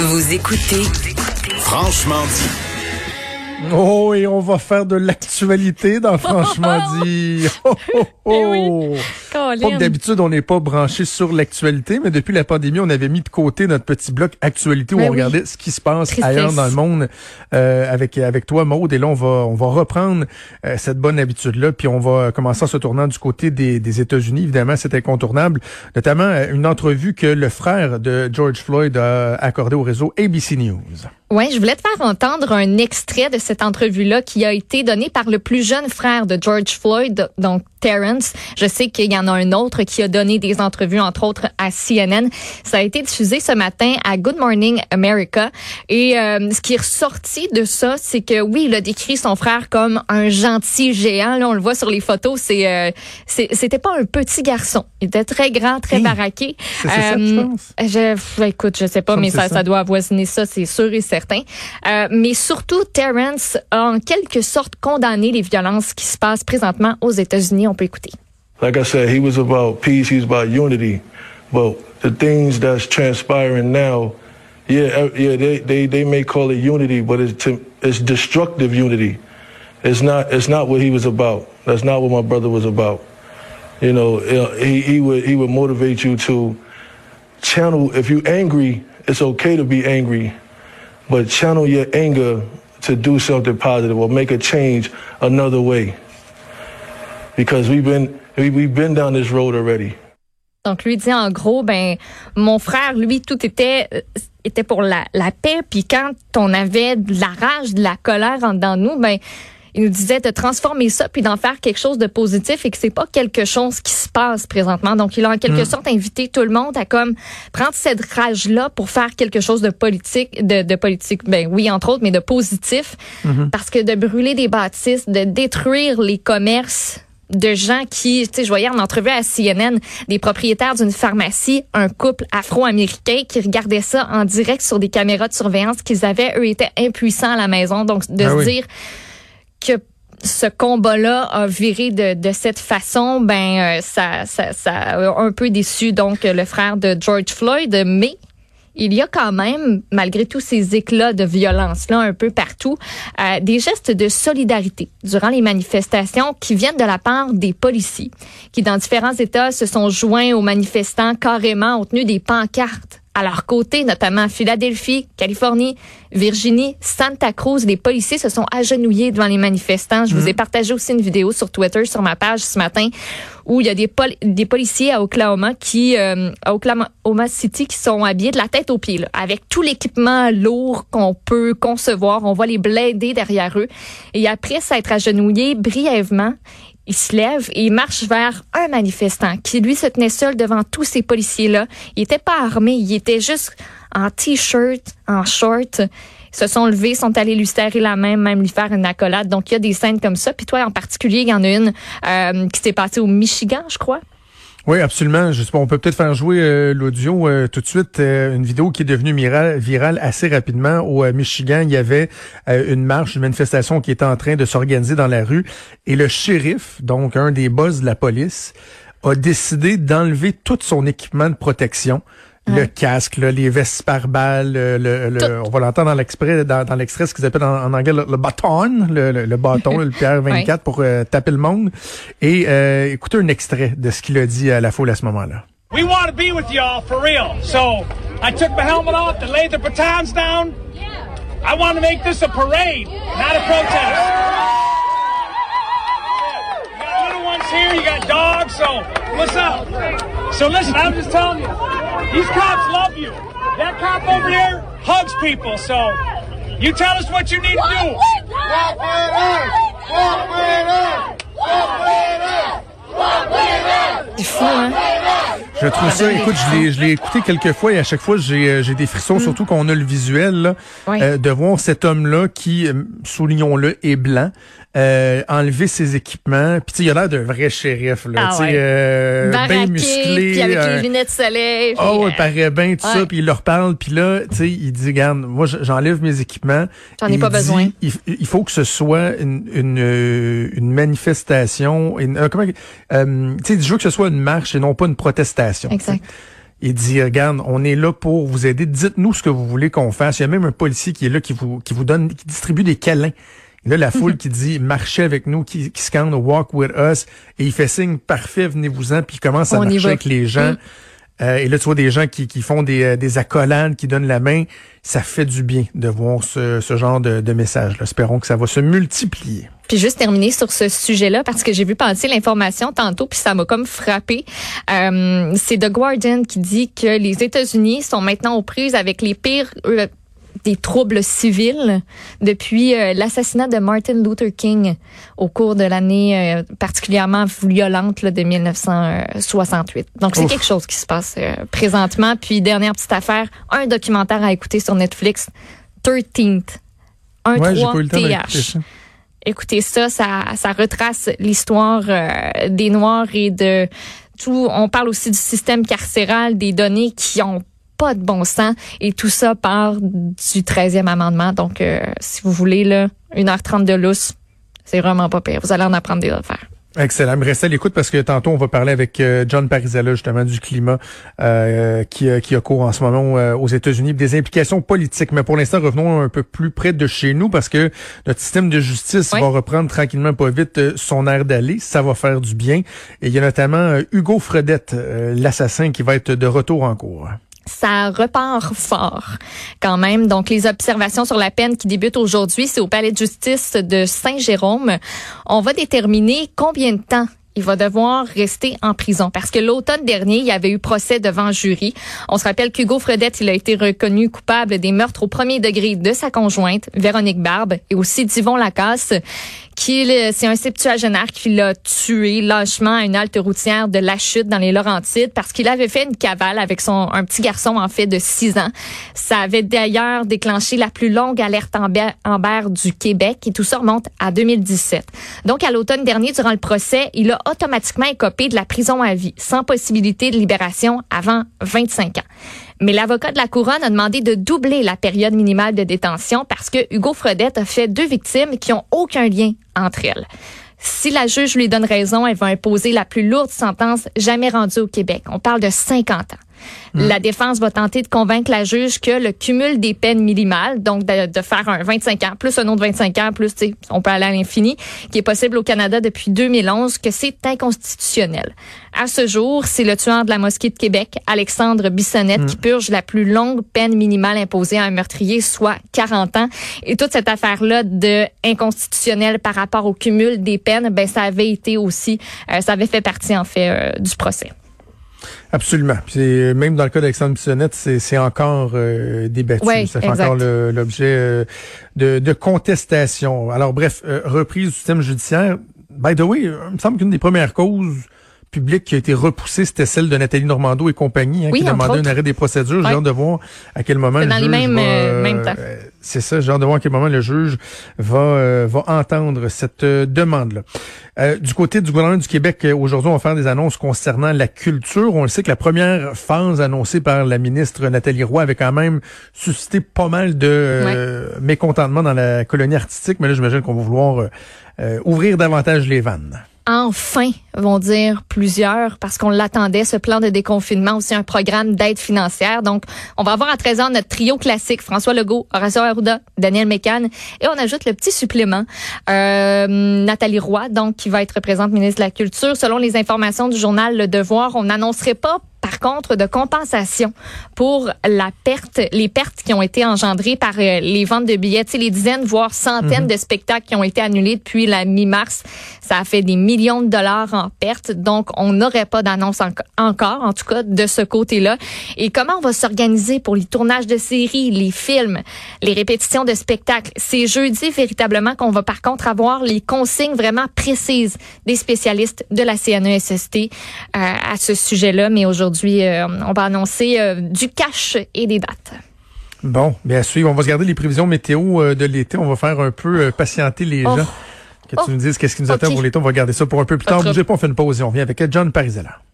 Vous écoutez Franchement dit. Oh, et on va faire de l'actualité dans Franchement dit. Oh, oh, oh. Eh oui. Pas que d'habitude, on n'est pas branché sur l'actualité, mais depuis la pandémie, on avait mis de côté notre petit bloc actualité où on regardait ce qui se passe ailleurs dans le monde avec toi, Maude. Et là, on va reprendre cette bonne habitude-là, puis on va commencer en se tournant du côté des États-Unis. Évidemment, c'est incontournable, notamment une entrevue que le frère de George Floyd a accordée au réseau ABC News. Ouais, je voulais te faire entendre un extrait de cette entrevue-là qui a été donnée par le plus jeune frère de George Floyd, donc Terrence. Je sais qu'il y en a un autre qui a donné des entrevues, entre autres à CNN. Ça a été diffusé ce matin à Good Morning America. Et ce qui est ressorti de ça, c'est que oui, il a décrit son frère comme un gentil géant. Là, on le voit sur les photos. C'était pas un petit garçon. Il était très grand, très baraqué. C'est ça, je pense. Écoute, je sais pas, mais ça doit avoisiner ça, c'est sûr et certain. Mais surtout, Terrence a en quelque sorte condamné les violences qui se passent présentement aux États-Unis. On peut écouter. Like I said, he was about peace, he was about unity. But the things that's transpiring now, they may call it unity, but it's destructive unity. It's not what he was about. That's not what my brother was about. You know, he would motivate you to channel. If you're angry, it's okay to be angry, but channel your anger to do something positive or make a change another way. Because we've been down this road already. Donc lui dit en gros, mon frère, lui, tout était pour la paix. Puis quand on avait de la rage, de la colère en dedans de nous, il nous disait de transformer ça puis d'en faire quelque chose de positif et que c'est pas quelque chose qui se passe présentement. Donc il a en quelque sorte invité tout le monde à comme prendre cette rage-là pour faire quelque chose de politique, de politique. Oui, entre autres, mais de positif. Parce que de brûler des bâtisses, de détruire les commerces de gens qui, je voyais en entrevue à CNN, des propriétaires d'une pharmacie, un couple afro-américain qui regardait ça en direct sur des caméras de surveillance qu'ils avaient, eux étaient impuissants à la maison. Donc, de se dire que ce combat-là a viré de cette façon, ça a un peu déçu donc le frère de George Floyd, mais il y a quand même, malgré tous ces éclats de violence-là un peu partout, des gestes de solidarité durant les manifestations qui viennent de la part des policiers, qui dans différents États se sont joints aux manifestants carrément, ont tenu des pancartes à leur côté, notamment à Philadelphie, Californie, Virginie, Santa Cruz. Les policiers se sont agenouillés devant les manifestants. Je vous ai partagé aussi une vidéo sur Twitter, sur ma page ce matin, où il y a des policiers à Oklahoma à Oklahoma City qui sont habillés de la tête aux pieds, là, avec tout l'équipement lourd qu'on peut concevoir. On voit les blindés derrière eux. Et après s'être agenouillés brièvement, il se lève et il marche vers un manifestant qui, lui, se tenait seul devant tous ces policiers-là. Il était pas armé, il était juste en T-shirt, en short. Ils se sont levés, sont allés lui serrer la main, même lui faire une accolade. Donc, il y a des scènes comme ça. Puis toi, en particulier, il y en a une qui s'est passée au Michigan, je crois. Oui, absolument. Je sais pas, on peut peut-être faire jouer l'audio tout de suite. Une vidéo qui est devenue virale assez rapidement. Au Michigan, il y avait une marche, une manifestation qui était en train de s'organiser dans la rue. Et le shérif, donc un des boss de la police, a décidé d'enlever tout son équipement de protection. Le casque, là, les vestes pare-balles, on va l'entendre dans l'extrait, ce qu'ils appellent en anglais le baton, le bâton, le PR24 pour taper le monde. Et écoutez un extrait de ce qu'il a dit à la foule à ce moment-là. We want to be with y'all for real. So I took my helmet off and laid the batons down. I want to make this a parade, not a protest. You got little ones here, you got dogs, so what's up? So listen, I'm just telling you. These cops love you. That cop over there hugs people, so you tell us what you need to do. Walk with us! Walk with us! Walk with us! Walk with us! C'est fou, hein? Je trouve ça, écoute, je l'ai écouté quelques fois et à chaque fois, j'ai des frissons, surtout qu'on a le visuel, là, de voir cet homme-là qui, soulignons-le, est blanc, enlever ses équipements. Puis il a l'air d'un vrai shérif, là, bien musclé. Puis avec les lunettes de soleil. Il paraît bien, tout ça. Puis il leur parle, puis là, il dit, regarde, moi, j'enlève mes équipements. J'en ai pas besoin. Il faut que ce soit une manifestation. Je veux que ce soit une marche et non pas une protestation. Exact. Il dit, regarde, on est là pour vous aider. Dites-nous ce que vous voulez qu'on fasse. Il y a même un policier qui est là, qui vous donne, qui distribue des câlins. Et là, la foule qui dit, marchez avec nous, qui scande, walk with us. Et il fait signe, parfait, venez-vous-en. Puis il commence à marcher avec les gens. Et là, tu vois des gens qui font des accolades, qui donnent la main. Ça fait du bien de voir ce genre de message. Espérons que ça va se multiplier. Puis juste terminer sur ce sujet-là, parce que j'ai vu passer l'information tantôt, puis ça m'a comme frappé. C'est The Guardian qui dit que les États-Unis sont maintenant aux prises avec les pires des troubles civils depuis l'assassinat de Martin Luther King au cours de l'année particulièrement violente là, de 1968. Donc, c'est quelque chose qui se passe présentement. Puis, dernière petite affaire, un documentaire à écouter sur Netflix, 13th, 1-3-TH. Écoutez ça retrace l'histoire des Noirs et de tout. On parle aussi du système carcéral, des données qui ont pas de bon sens, et tout ça part du 13e amendement. Donc, si vous voulez, là, 1h30 de lousse, c'est vraiment pas pire. Vous allez en apprendre des affaires. Excellent. Mais restez à l'écoute parce que tantôt, on va parler avec John Parizella, justement, du climat qui a cours en ce moment aux États-Unis, des implications politiques. Mais pour l'instant, revenons un peu plus près de chez nous parce que notre système de justice va reprendre tranquillement, pas vite, son air d'aller. Ça va faire du bien. Et il y a notamment Hugo Fredette, l'assassin, qui va être de retour en cours. Ça repart fort quand même. Donc, les observations sur la peine qui débutent aujourd'hui, c'est au Palais de justice de Saint-Jérôme. On va déterminer combien de temps il va devoir rester en prison parce que l'automne dernier, il y avait eu procès devant jury. On se rappelle qu'Hugo Fredette, il a été reconnu coupable des meurtres au premier degré de sa conjointe, Véronique Barbe, et aussi d'Yvon Lacasse, c'est un septuagénaire qui l'a tué lâchement à une halte routière de La Chute dans les Laurentides parce qu'il avait fait une cavale avec un petit garçon en fait de 6 ans. Ça avait d'ailleurs déclenché la plus longue alerte Amber du Québec et tout ça remonte à 2017. Donc à l'automne dernier, durant le procès, il a automatiquement écopé de la prison à vie sans possibilité de libération avant 25 ans. Mais l'avocat de la Couronne a demandé de doubler la période minimale de détention parce que Hugo Fredette a fait 2 victimes qui ont aucun lien entre elles. Si la juge lui donne raison, elle va imposer la plus lourde sentence jamais rendue au Québec. On parle de 50 ans. La défense va tenter de convaincre la juge que le cumul des peines minimales, donc de faire un 25 ans, plus un autre 25 ans, plus, tu sais, on peut aller à l'infini, qui est possible au Canada depuis 2011, que c'est inconstitutionnel. À ce jour, c'est le tueur de la Mosquée de Québec, Alexandre Bissonnette, qui purge la plus longue peine minimale imposée à un meurtrier, soit 40 ans. Et toute cette affaire-là de inconstitutionnel par rapport au cumul des peines, ben ça avait été aussi, ça avait fait partie en fait du procès. Absolument. Puis même dans le cas d'Alexandre Bissonnette, c'est encore débattu. Oui, ça fait exact. encore l'objet de contestation. Alors bref, reprise du système judiciaire. By the way, il me semble qu'une des premières causes publiques qui a été repoussée, c'était celle de Nathalie Normando et compagnie, qui demandait un arrêt des procédures. J'ai hâte de voir à quel moment le juge même temps. C'est ça, j'ai hâte de voir à quel moment le juge va entendre cette demande-là. Du côté du gouvernement du Québec, aujourd'hui, on va faire des annonces concernant la culture. On le sait que la première phase annoncée par la ministre Nathalie Roy avait quand même suscité pas mal de mécontentement dans la colonie artistique, mais là, j'imagine qu'on va vouloir ouvrir davantage les vannes. Enfin, vont dire plusieurs, parce qu'on l'attendait, ce plan de déconfinement, aussi un programme d'aide financière. Donc, on va avoir à 13h notre trio classique, François Legault, Horacio Arruda, Daniel Mécan, et on ajoute le petit supplément, Nathalie Roy, donc qui va être présente ministre de la Culture. Selon les informations du journal Le Devoir, on n'annoncerait pas par contre de compensation pour les pertes qui ont été engendrées par les ventes de billets. Tu sais, les dizaines, voire centaines de spectacles qui ont été annulés depuis la mi-mars. Ça a fait des millions de dollars en pertes. Donc, on n'aurait pas d'annonce encore, en tout cas, de ce côté-là. Et comment on va s'organiser pour les tournages de séries, les films, les répétitions de spectacles? C'est jeudi, véritablement, qu'on va par contre avoir les consignes vraiment précises des spécialistes de la CNESST à ce sujet-là. Mais aujourd'hui, on va annoncer du cash et des dates. Bon, bien sûr, on va se garder les prévisions météo de l'été. On va faire un peu patienter les gens. Que tu nous dises qu'est-ce qui nous attend pour l'été. On va garder ça pour un peu plus tard. Bougez pas, on fait une pause et on revient avec John Parizella.